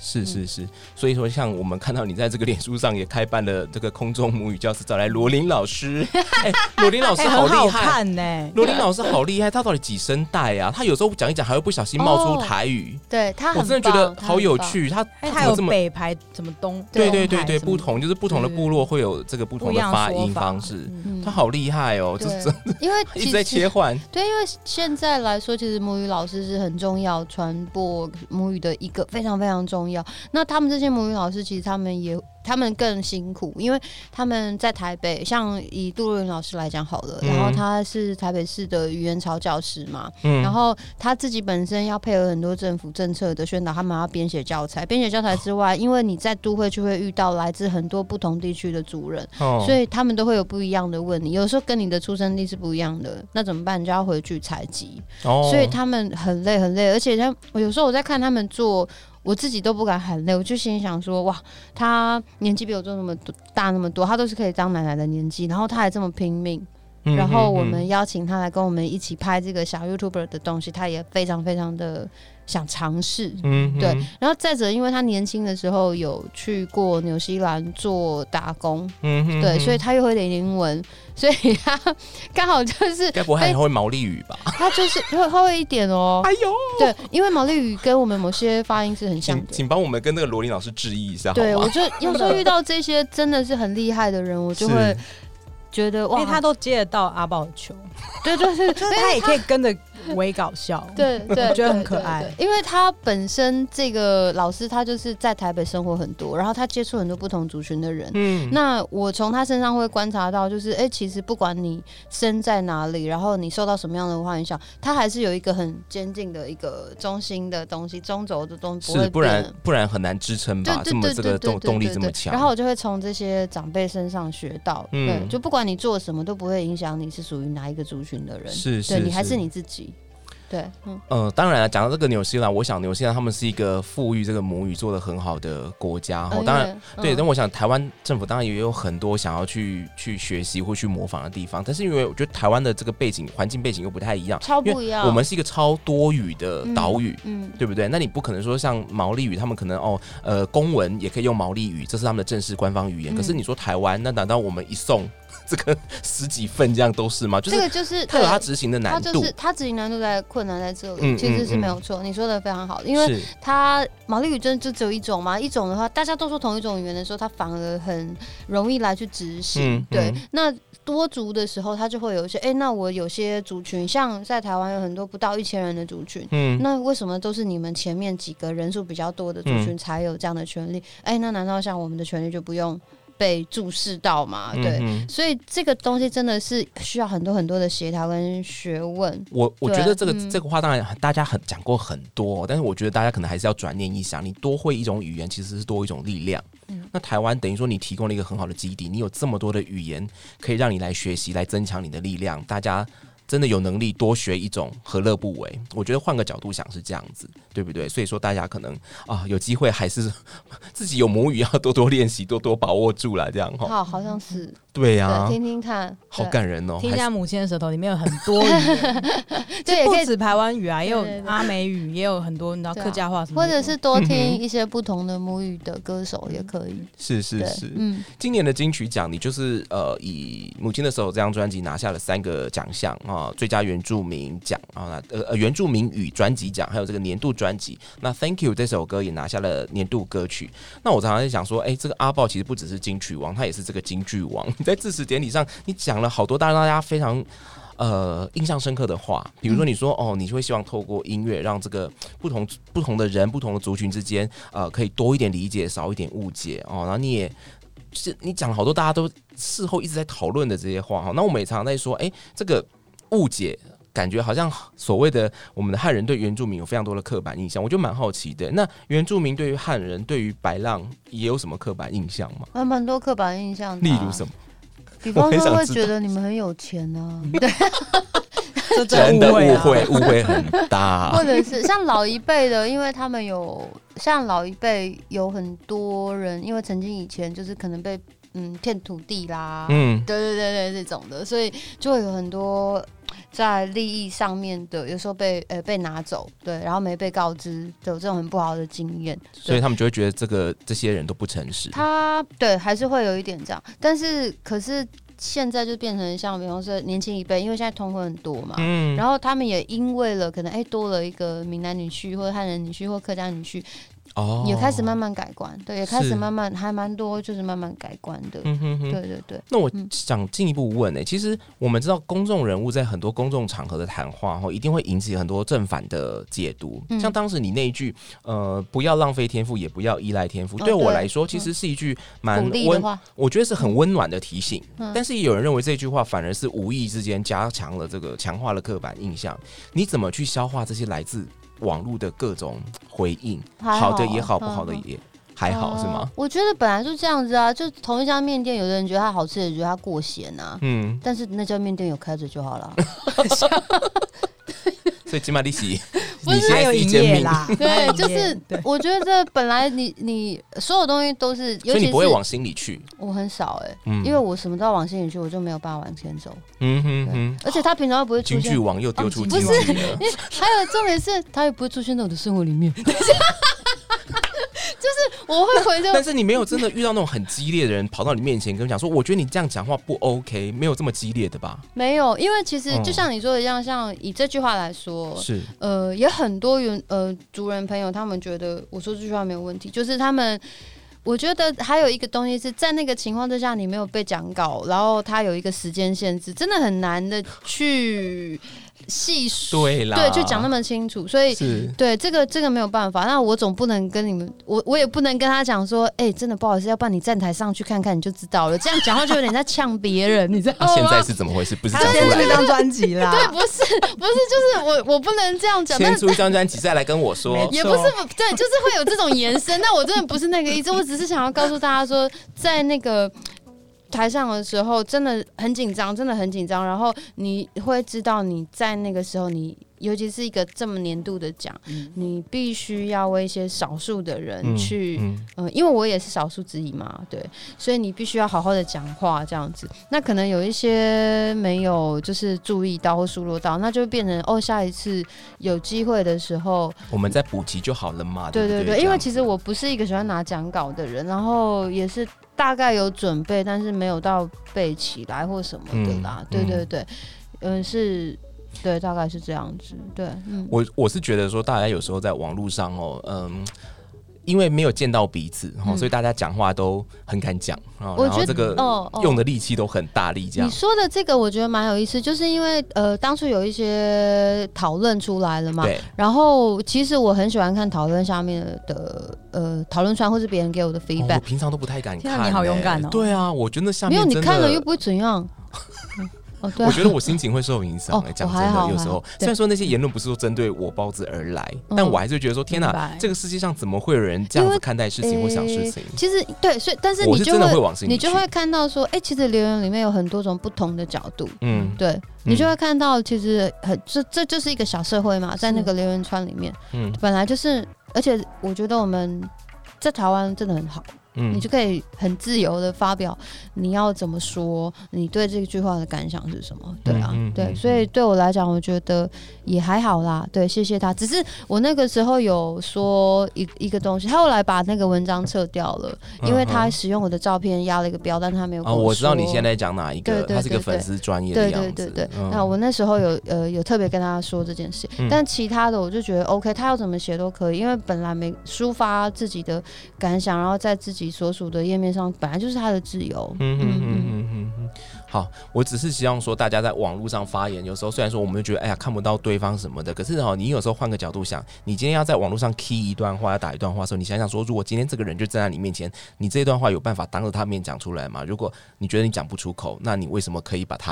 是，所以说像我们看到你在这个脸书上也开办了这个空中母语教室，找来罗琳老师，罗琳老师好厉害呢， 罗琳老师好厉害，他到底几声带啊？他有时候讲一讲还会不小心冒出台语， 对他很棒， 我真的觉得好有趣。他有北排什么东， 对，不同就是不同的部落会有这个不同的发音方式，他好厉害哦，就是真的， 因为一直在切换。 对，因为现在来说，其实母语老师是很重要，传播母语的一个非常非常重要。那他们这些母语老师，其实他们更辛苦，因为他们在台北，像以杜若云老师来讲好了，然后他是台北市的语言潮教师嘛，然后他自己本身要配合很多政府政策的宣导，他们要编写教材之外，因为你在都会就会遇到来自很多不同地区的族人，所以他们都会有不一样的问题，有时候跟你的出生地是不一样的，那怎么办？你就要回去采集，所以他们很累，而且有时候我在看他们做，我自己都不敢喊累，我就心里想说，哇，他年纪比我那么大那么多，他都是可以当奶奶的年纪，然后他还这么拼命，然后我们邀请他来跟我们一起拍这个小 YouTuber 的东西，他也非常非常的想尝试，对。然后再者，因为他年轻的时候有去过纽西兰做打工，对，所以他又会点英文，所以他刚好就是该不会还会毛利语吧？ 他就是会一点哦，哎呦，对，因为毛利语跟我们某些发音是很像的， 请帮我们跟那个罗琳老师致意一下好吗？ 对，我就有时候遇到这些真的是很厉害的人，我就会觉得哇， 因为他都接得到阿豹的球， 对，就是他也可以跟着微搞笑， 对，我觉得很可爱。 因为他本身这个老师，他就是在台北生活很多，然后他接触很多不同族群的人。那我从他身上会观察到，就是其实不管你身在哪里，然后你受到什么样的文化影响，他还是有一个很坚定的一个中心的东西，中轴的东西不会变， 不然很难支撑吧？这么这个动力这么强。 然后我就会从这些长辈身上学到，对，就不管你做什么都不会影响你是属于哪一个族群的人，对，你还是你自己。对， 当然了，讲到这个纽西兰，我想纽西兰他们是一个富裕这个母语做得很好的国家，当然，对，但我想台湾政府当然也有很多想要去学习或去模仿的地方，但是因为我觉得台湾的这个环境背景又不太一样， 超不一样， 我们是一个超多语的岛屿，对不对？那你不可能说像毛利语，他们可能公文也可以用毛利语，这是他们的正式官方语言，可是你说台湾，那难道我们一送这个10几份这样都是吗？ 这个就是它有它执行的难度， 它执行难度在困难在这里，其实是没有错，你说的非常好，因为它毛利语真的就只有一种嘛，一种的话，大家都说同一种语言的时候，它反而很容易来去执行，对，那多族的时候，它就会有一些，那我有些族群，像在台湾有很多不到1000人的族群，那为什么都是你们前面几个人数比较多的族群才有这样的权利？那难道像我们的权利就不用被注视到嘛？对，所以这个东西真的是需要很多很多的协调跟学问。 我觉得这个话当然大家讲过很多，但是我觉得大家可能还是要转念一想，你多会一种语言其实是多一种力量。那台湾等于说你提供了一个很好的基地，你有这么多的语言可以让你来学习，来增强你的力量，大家真的有能力多学一种，何乐不为？我觉得换个角度想是这样子，对不对？所以说大家可能有机会还是自己有母语要多多练习，多多把握住啦，这样好像是。 对呀， 听听看， 好感人哦！ 听一下母亲的舌头里面有很多语言，对，不止台湾语啊，也有阿美语，也有很多你知道客家话什么， 或者是多听一些不同的母语的歌手也可以。 是，今年的金曲奖，你就是以母亲的舌头这张专辑拿下了3个奖项啊，最佳原住民奖啊，原住民语专辑奖，还有这个年度专辑。那 Thank You 这首歌也拿下了年度歌曲。那我常常在想说，这个阿豹其实不只是金曲王，他也是这个金句王。你在致辞典礼上，你讲了好多大家非常印象深刻的话，比如说你说你会希望透过音乐让这个不同的人、不同的族群之间可以多一点理解，少一点误解然后你讲了好多大家都事后一直在讨论的这些话那我们也常常在说，这个误解。感觉好像所谓的我们的汉人对原住民有非常多的刻板印象，我就蛮好奇的。那原住民对于汉人、对于白浪也有什么刻板印象吗？ 蛮多刻板印象的， 例如什么？ 比方说会觉得你们很有钱啊，对。 真的误会很大。 或者是像老一辈的，因为他们像老一辈有很多人，因为曾经以前就是可能被骗土地啦，对这种的，所以就会有很多在利益上面的，有时候被拿走，对，然后没被告知，有这种很不好的经验， 所以他们就会觉得这些人都不诚实。 对，还是会有一点这样，可是现在就变成像比方说年轻一辈，因为现在同婚很多嘛，然后他们也因为了可能多了一个闽南女婿或者汉人女婿或客家女婿。也开始慢慢改观，对，也开始慢慢还蛮多，就是慢慢改观的，对。 那我想进一步问其实我们知道公众人物在很多公众场合的谈话一定会引起很多正反的解读，像当时你那一句不要浪费天赋，也不要依赖天赋，对我来说其实是一句蛮我觉得是很温暖的提醒，但是也有人认为这句话反而是无意之间加强了强化了刻板印象，你怎么去消化这些来自网络的各种回应，好的也好，不好的也还好，是吗？ 我觉得本来就这样子啊，就同一家面店，有的人觉得它好吃，有人觉得它过咸啊，但是那家面店有开着就好了。 所以起码你还有营业啦， 对，就是我觉得本来你所有东西都是， 所以你不会往心里去。 我很少因为我什么都要往心里去，我就没有办法往前走。而且他平常又不会出现， 京剧网又丢出京剧了。 还有重点是，他也不会出现在我的生活里面。就是我会回头， 但是你没有真的遇到那种很激烈的人跑到你面前跟你讲说，我觉得你这样讲话不 OK， 没有这么激烈的吧？ 没有，因为其实就像你说的一样，像以这句话来说， 是也很多族人朋友他们觉得我说这句话没有问题，就是他们。我觉得还有一个东西是在那个情况之下，你没有被讲稿，然后它有一个时间限制，真的很难的去细数， 对啦， 对，就讲那么清楚，所以对这个没有办法。那我总不能跟你们，我也不能跟他讲说，真的不好意思，要不然你站台上去看看你就知道了。这样讲话就有点在呛别人，你知道吗？ 现在是怎么回事？不是讲出来出一张专辑啦？ 对，不是，就是我不能这样讲。 先出一张专辑再来跟我说， 也不是，对，就是会有这种延伸。但我真的不是那个意思，我只是想要告诉大家说，在那个台上的时候真的很紧张，真的很紧张。然后你会知道你在那个时候，你尤其是一个这么年度的奖，你必须要为一些少数的人去，因为我也是少数之一嘛，对，所以你必须要好好的讲话这样子。那可能有一些没有就是注意到或疏漏到，那就变成下一次有机会的时候， 我们再补齐就好了嘛。 对对对，因为其实我不是一个喜欢拿讲稿的人，然后也是大概有准备，但是没有到背起来或什么的啦。对对对，是。对，大概是这样子。对， 我是觉得说，大家有时候在网络上因为没有见到彼此，所以大家讲话都很敢讲，然后这个用的力气都很大力。这样你说的这个，我觉得蛮有意思，就是因为当初有一些讨论出来了嘛， 对。 然后其实我很喜欢看讨论下面的讨论串或是别人给我的 feedback， 我平常都不太敢看。 你好勇敢哦！ 对啊，我觉得下面没有你看了又不会怎样。 对啊，我觉得我心情会受影响。讲真的，有时候虽然说那些言论不是说针对我包子而来，但我还是觉得说，天哪，这个世界上怎么会有人这样子看待事情或想事情？ 其实对，所以但是我是真的会往心里去， 你就会看到说，其实留言里面有很多种不同的角度，对，你就会看到其实这就是一个小社会嘛，在那个留言窗里面，本来就是，而且我觉得我们在台湾真的很好。你就可以很自由的发表你要怎么说，你对这句话的感想是什么？对啊，对，所以对我来讲，我觉得也还好啦。对，谢谢他。只是我那个时候有说一个东西，他后来把那个文章撤掉了，因为他使用我的照片压了一个标，但他没有跟我说。 我知道你现在讲哪一个，他是个粉丝专业的样子。 对。那我那时候有特别跟他说这件事，但其他的我就觉得 OK， 他要怎么写都可以，因为本来没抒发自己的感想，然后在自己所属的页面上本来就是他的自由。 好，我只是希望说大家在网络上发言，有时候虽然说我们觉得看不到对方什么的，可是你有时候换个角度想，你今天要在网络上 key 一段话，要打一段话的时候，你想想说，如果今天这个人就站在你面前，你这段话有办法当着他面讲出来吗？如果你觉得你讲不出口，那你为什么可以把它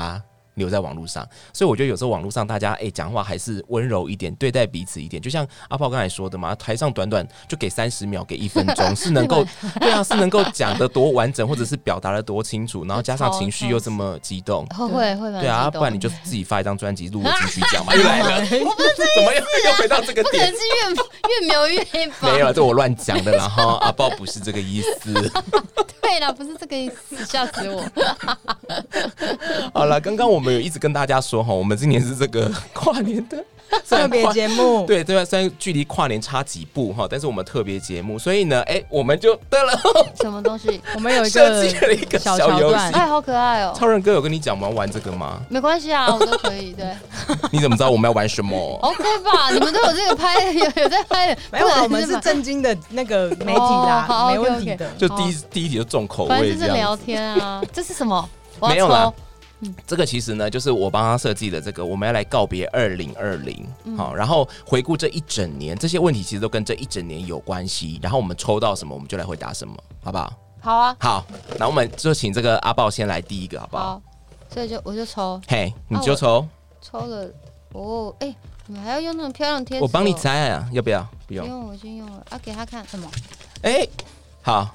留在网络上，所以我觉得有时候网络上大家讲话还是温柔一点，对待彼此一点。就像阿炮刚才说的嘛，台上短短就给30秒，给1分钟，是能够对啊，是能够讲得多完整，或者是表达得多清楚，然后加上情绪又这么激动， 会对啊，不然你就自己发一张专辑录个金曲奖嘛，又来了，我不是这怎么又回到这个点？ 可能是越描越白。 没有，这我乱讲的啦哈，阿炮不是这个意思。 对啦，不是这个意思，笑死我。 好了，刚刚我们有一直跟大家说哈，我们今年是这个跨年的特别节目， 对，虽然距离跨年差几步哈，但是我们特别节目，所以呢，我们就得了。 什么东西？ 我们有一个设计了一个小游戏， 好可爱哦！ 超人哥有跟你讲我们要玩这个吗？ 没关系啊，我都可以。对， 你怎么知道我们要玩什么 ？OK 吧，你们都有这个拍，有在拍的。 没有，我们是正经的那个媒体啦，没问题的。 就第一题就重口味， 反正就是聊天啊。这是什么？ 没有啦。这个其实呢，就是我帮他设计的这个，我们要来告别2020，好，然后回顾这一整年，这些问题其实都跟这一整年有关系。然后我们抽到什么，我们就来回答什么，好不好？ 好啊。 好，那我们就请这个阿豹先来第一个，好不好？ 好，所以我就抽。 嘿，你就抽。 抽了哦，你们还要用那种漂亮贴纸？ 我帮你猜啊，要不要？不用。 不用，我已经用了啊，给他看什么？ 好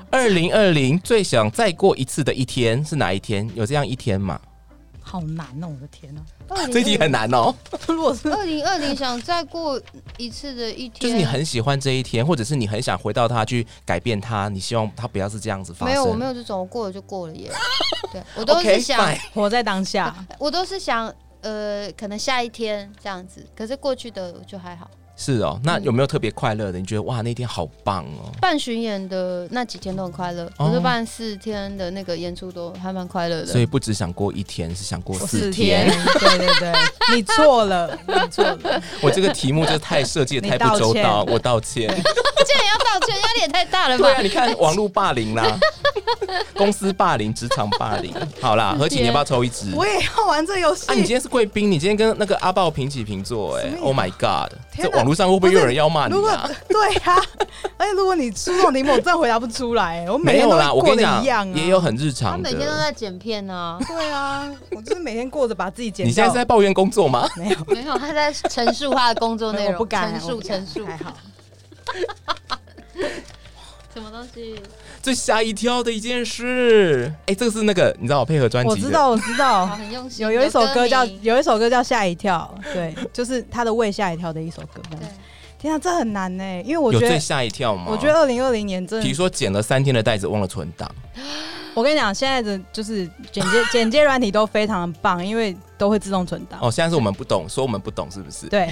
，2020最想再过一次的一天是哪一天？有这样一天吗？ 好难哦，我的天啊！ 这题很难哦。 如果是 2020想再过一次的一天， 就是你很喜欢这一天，或者是你很想回到它去改变它，你希望它不要是这样子发生。 没有，我没有这种，我过了就过了耶。对，我都是想活在当下， 我都是想可能下一天这样子，可是过去的就还好。 是哦，那有没有特别快乐的？你觉得哇，那天好棒哦！ 办巡演的那几天都很快乐，我就办4天的那个演出都还蛮快乐的。 所以不只想过一天，是想过4天。 对对对，你错了，你错了。 我这个题目就太设计的太不周到，我道歉。 竟然要道歉，压力也太大了吧？ 对啊，你看网络霸凌啦，公司霸凌，职场霸凌。好啦，何姐你要不要抽一支？ 我也要玩这游戏。 啊，你今天是贵宾，你今天跟那个阿豹平起平坐，Oh my God！ 这网络上会不会有人要骂你啊？ 对啊，而且如果你出这种题目，我真的回答不出来。我每天都过得一样啊， 也有很日常的。 他每天都在剪片啊。 对啊，我就是每天过着把自己剪。 你现在是在抱怨工作吗？ 没有， 他在陈述他的工作内容。 我不敢陈述， 还好。 什么东西？ 最吓一跳的一件事，这个是那个你知道我配合专辑的， 我知道， 很用心。 有一首歌叫吓一跳，对，就是他的为吓一跳的一首歌。对，天啊，这很难呢，因为我觉得有最吓一跳吗？ 我觉得2020年真的， 比如说剪了3天的带子忘了存档。 我跟你讲，现在的就是剪接软体都非常的棒，因为都会自动存档。 现在是我们不懂，说我们不懂是不是？ 对。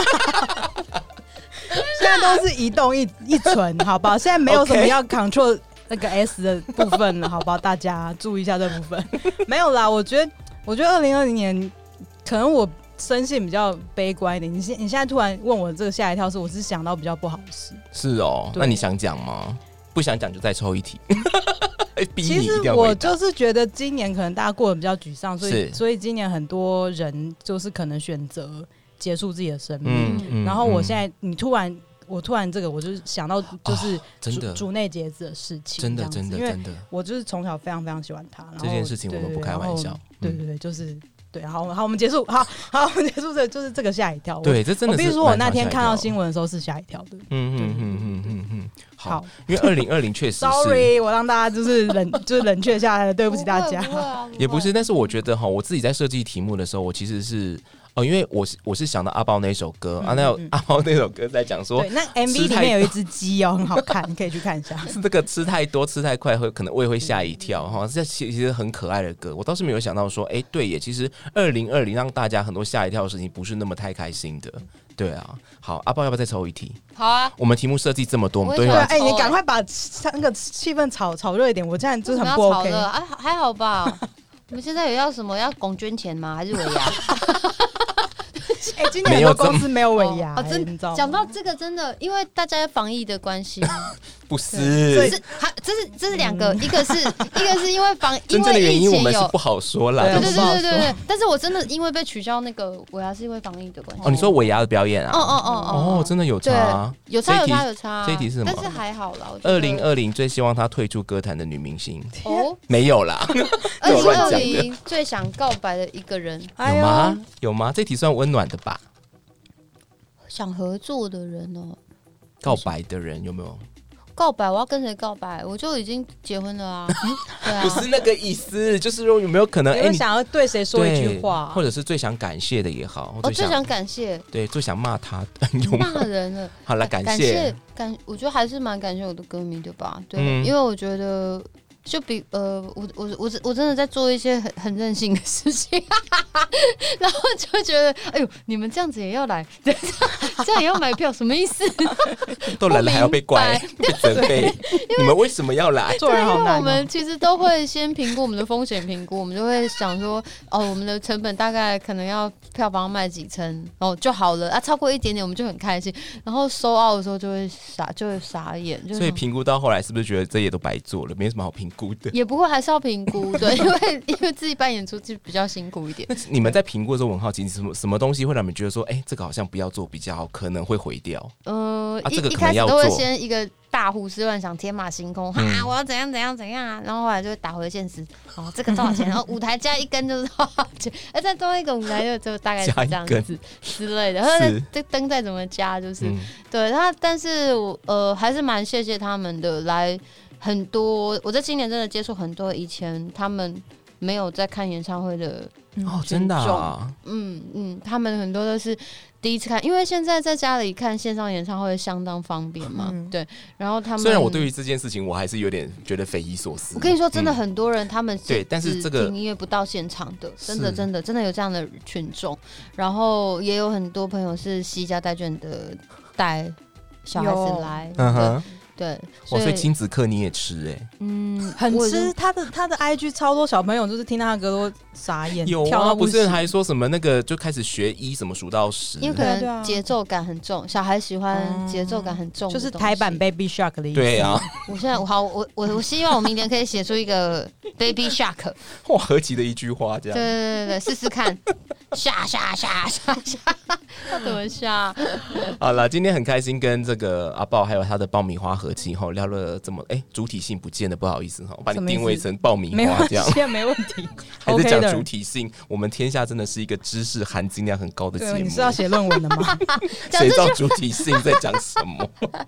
现在都是移动一存，好不好？现在没有什么要 Ctrl 那个 S 的部分了，好不好？大家注意一下这部分。没有啦，我觉得2020年可能我生性比较悲观一点。你现在突然问我这个吓一跳，我是想到比较不好的事。 是哦，那你想讲吗？不想讲就再抽一题。 其实我就是觉得今年可能大家过得比较沮丧，所以今年很多人就是可能选择结束自己的生命。然后我现在我突然这个我就想到就是主内结子的事情， 真的，因为我就是从小非常非常喜欢他，然后这件事情我们不开玩笑。 对，就是对。好，我们结束。好，我们结束就是这个吓一跳。 对，这真的是。 比如说我那天看到新闻的时候是吓一跳的。 好，因为2020确实是。 Sorry， 我让大家就是冷却下来了，对不起大家。 也不是，但是我觉得我自己在设计题目的时候，我其实是。因为我是想到阿豹那首歌那阿豹那首歌在讲说， 对，那 MV 里面有一只鸡很好看，你可以去看一下。 是这个吃太多、吃太快可能胃会吓一跳这其实很可爱的歌，我倒是没有想到说，对耶，其实2020让大家很多吓一跳的事情不是那么太开心的。对啊，好，阿豹要不要再抽一题？ 好啊， 我们题目设计这么多，我们都要你赶快把那个气氛炒热一点，我这样就是很不 OK。 还好吧？我们现在有要什么？要拱捐钱吗？还是尾牙？ 今年很多公司没有尾牙， 讲到这个真的，因为大家防疫的关系， 不是， 这是两个，一个是因为真正的原因我们是不好说啦。 对，但是我真的因为被取消那个尾牙是因为防疫的关系。 你说尾牙的表演啊？哦，真的有差， 有差。 这一题是什么？ 但是还好啦。 2020最希望她退出歌坛的女明星没有啦。 2020最想告白的一个人有吗？这题算温暖的吧？ 想合作的人哦， 告白的人有没有？ 告白我要跟谁告白？我就已经结婚了啊！对啊， 不是那个意思，就是说有没有可能你想要对谁说一句话， 或者是最想感谢的也好。 最想感谢， 对，最想骂他有骂人了。 好了，感谢， 我觉得还是蛮感谢我的歌迷的吧。对，因为我觉得。就比我真的在做一些很任性的事情，然后就觉得哎呦，你们这样子也要来，这样也要买票，什么意思？ 都来了还要被怪被责备，你们为什么要来？ 做人好难。 我们其实都会先评估我们的风险评估，我们就会想说，我们的成本大概可能要票房卖几成，就好了啊，超过一点点我们就很开心，然后收out的时候就会傻眼。 所以评估到后来是不是觉得这也都白做了，没什么好评估？ 也不会，还是要评估，对，因为自己办演出就比较辛苦一点。 那你们在评估的时候，我很好奇，什么东西会让你们觉得说，这个好像不要做比较好，可能会毁掉？这个可能要做， 一开始都会先一个大胡思乱想，天马行空，我要怎样啊，然后后来就会打回现实，这个多少钱？然后舞台加一根就是多少钱？再多一个舞台就大概是这样子之类的。然后这灯再怎么加，就是对。但是还是蛮谢谢他们的来。很多我在今年真的接触很多以前他们没有在看演唱会的真的啊， 他们很多都是第一次看，因为现在在家里看线上演唱会相当方便嘛，对。然后他们虽然我对于这件事情我还是有点觉得匪夷所思。 我跟你说，真的很多人他们对，但是这个听音乐不到现场的，真的有这样的群众。然后也有很多朋友是携家带眷的带小孩子来，对， 所以亲子课你也吃很吃。他的 IG 超多小朋友就是听到他歌都傻眼， 有啊，不是还说什么那个就开始学1什么数到10， 因为可能节奏感很重，小孩喜欢节奏感很重， 就是台版 Baby Shark 的意思。 对啊， 我现在我希望我明年可以写出一个 Baby Shark， 哇，合集的一句话这样。 对，试试看，下，要怎么下？ 好了，今天很开心跟这个阿豹还有他的爆米花合集聊了这么主体性不见了，不好意思我把你定位成爆米花这样， 现在没问题。 还是讲主体性，我们天下真的是一个知识含金量很高的节目。 你是要写论文的吗？ 谁知道主体性在讲什么？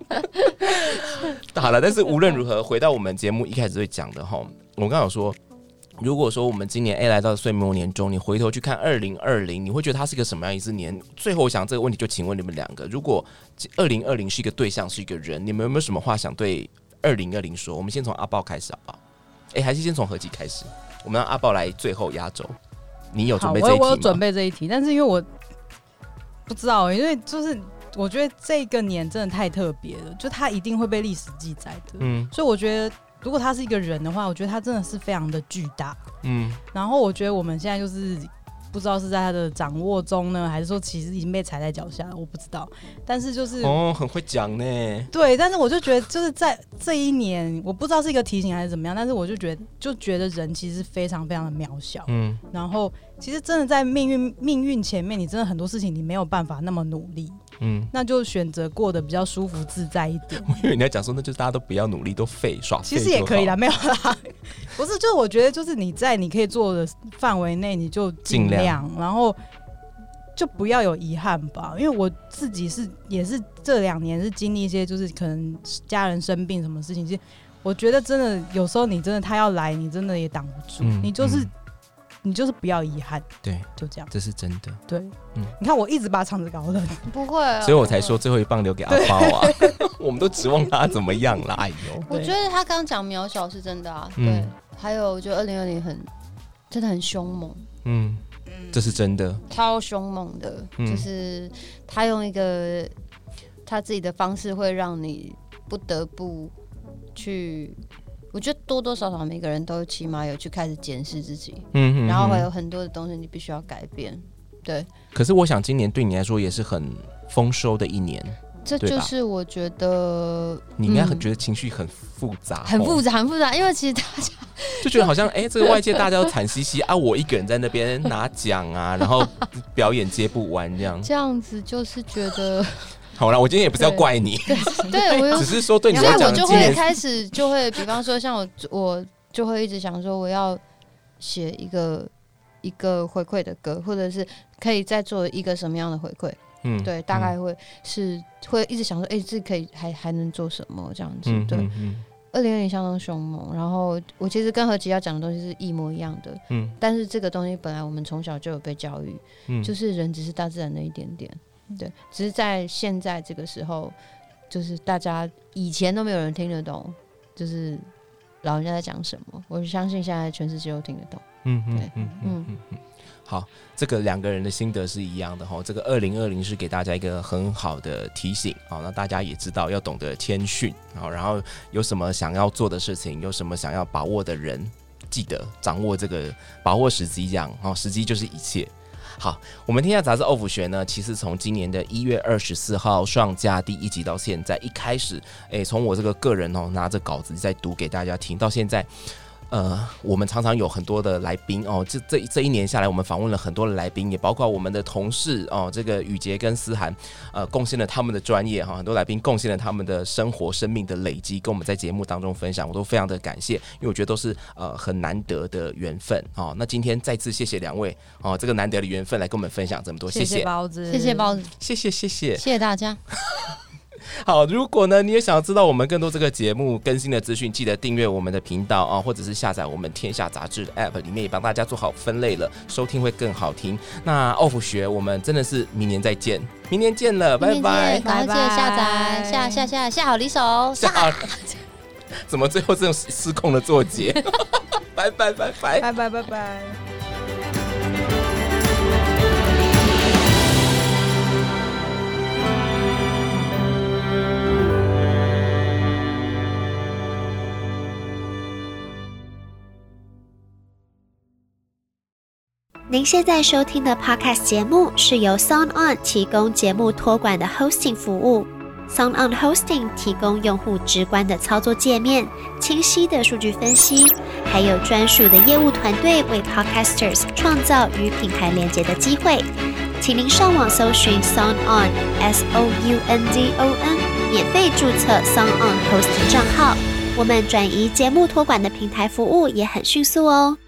好了，但是无论如何，回到我们节目一开始会讲的我刚刚有说。如果说我们今年来到岁末年终，你回头去看2020，你会觉得它是一个什么样一次年？最后我想这个问题就请问你们两个，如果2020是一个对象，是一个人，你们有没有什么话想对2020说？我们先从阿豹开始好不好？还是先从合集开始？我们让阿豹来最后压轴。你有准备这一题吗？ 我有准备这一题，但是因为我不知道，因为就是我觉得这个年真的太特别了，就它一定会被历史记载的。所以我觉得。如果他是一个人的话，我觉得他真的是非常的巨大。然后我觉得我们现在就是不知道是在他的掌握中呢，还是说其实已经被踩在脚下了，我不知道。但是就是很会讲呢。 对，但是我就觉得就是在这一年，我不知道是一个提醒还是怎么样，但是我就觉得人其实非常非常的渺小。然后其实真的在命运前面，你真的很多事情你没有办法那么努力。那就选择过得比较舒服自在一点。 我以为你要讲说，那就是大家都不要努力，都废耍废。 其实也可以啦，没有啦，不是，就是我觉得就是你在你可以做的范围内，你就尽量，然后就不要有遗憾吧。因为我自己也是这2年是经历一些，就是可能家人生病什么事情，其实我觉得真的有时候你真的他要来，你真的也挡不住，你就是不要遗憾， 对， 就这样， 这是真的。 对，你看我一直把场子搞冷， 不会， 所以我才说最后一棒留给阿豹啊。我们都指望他怎么样啦？哎呦， 我觉得他刚讲渺小是真的啊。对，还有我觉得2020真的很凶猛， 这是真的， 超凶猛的，就是他用一个他自己的方式，会让你不得不去。我觉得多多少少每个人都起码有去开始检视自己，然后还有很多的东西你必须要改变，对。 可是我想今年对你来说也是很丰收的一年， 这就是我觉得你应该觉得情绪很复杂， 很复杂，因为其实大家就觉得好像这个外界大家都惨兮兮啊，我一个人在那边拿奖啊，然后表演接不完这样子，就是觉得。 好啦，我今天也不是要怪你， 对，我只是说对你来讲，所以我就会开始就会，比方说像我就会一直想说，我要写一个回馈的歌，或者是可以再做一个什么样的回馈。对，大概会一直想说，这可以还能做什么这样子。对，2020相当凶猛，然后我其实跟何吉要讲的东西是一模一样的。但是这个东西本来我们从小就有被教育，就是人只是大自然的一点点。对，只是在现在这个时候，就是大家以前都没有人听得懂，就是老人家在讲什么。我相信现在全世界都听得懂。 好，这个2个人的心得是一样的哈。这个2020是给大家一个很好的提醒，好，那大家也知道要懂得谦逊，好，然后有什么想要做的事情，有什么想要把握的人，记得掌握这个把握时机，这样，好，时机就是一切。好，我们天下杂志 OFF 学呢，其实从今年的1月24号上架第1集到现在，一开始，从我这个个人拿着稿子在读给大家听，到现在。我们常常有很多的来宾哦，这一年下来，我们访问了很多的来宾，也包括我们的同事哦，这个宇杰跟思涵，贡献了他们的专业哈，很多来宾贡献了他们的生活生命的累积，跟我们在节目当中分享，我都非常的感谢，因为我觉得都是很难得的缘分哦。那今天再次谢谢2位哦，这个难得的缘分来跟我们分享这么多，谢谢包子， 谢谢包子， 谢谢大家。好，如果呢你也想要知道我们更多这个节目更新的资讯，记得订阅我们的频道啊，或者是下载我们天下杂志的 App， 里面也帮大家做好分类了，收听会更好听。那 OFF 学我们真的是明年再见，明年见了，拜拜， 赶快记得下载，下好离手， 下好。怎么最后这种失控的作结？拜拜。 您现在收听的 Podcast 节目是由 SoundOn 提供节目托管的 Hosting 服务。SoundOn Hosting 提供用户直观的操作界面、清晰的数据分析，还有专属的业务团队为 Podcasters 创造与品牌连结的机会。请您上网搜寻 SoundOn SOUNDON， 免费注册 SoundOn Hosting 账号。我们转移节目托管的平台服务也很迅速哦。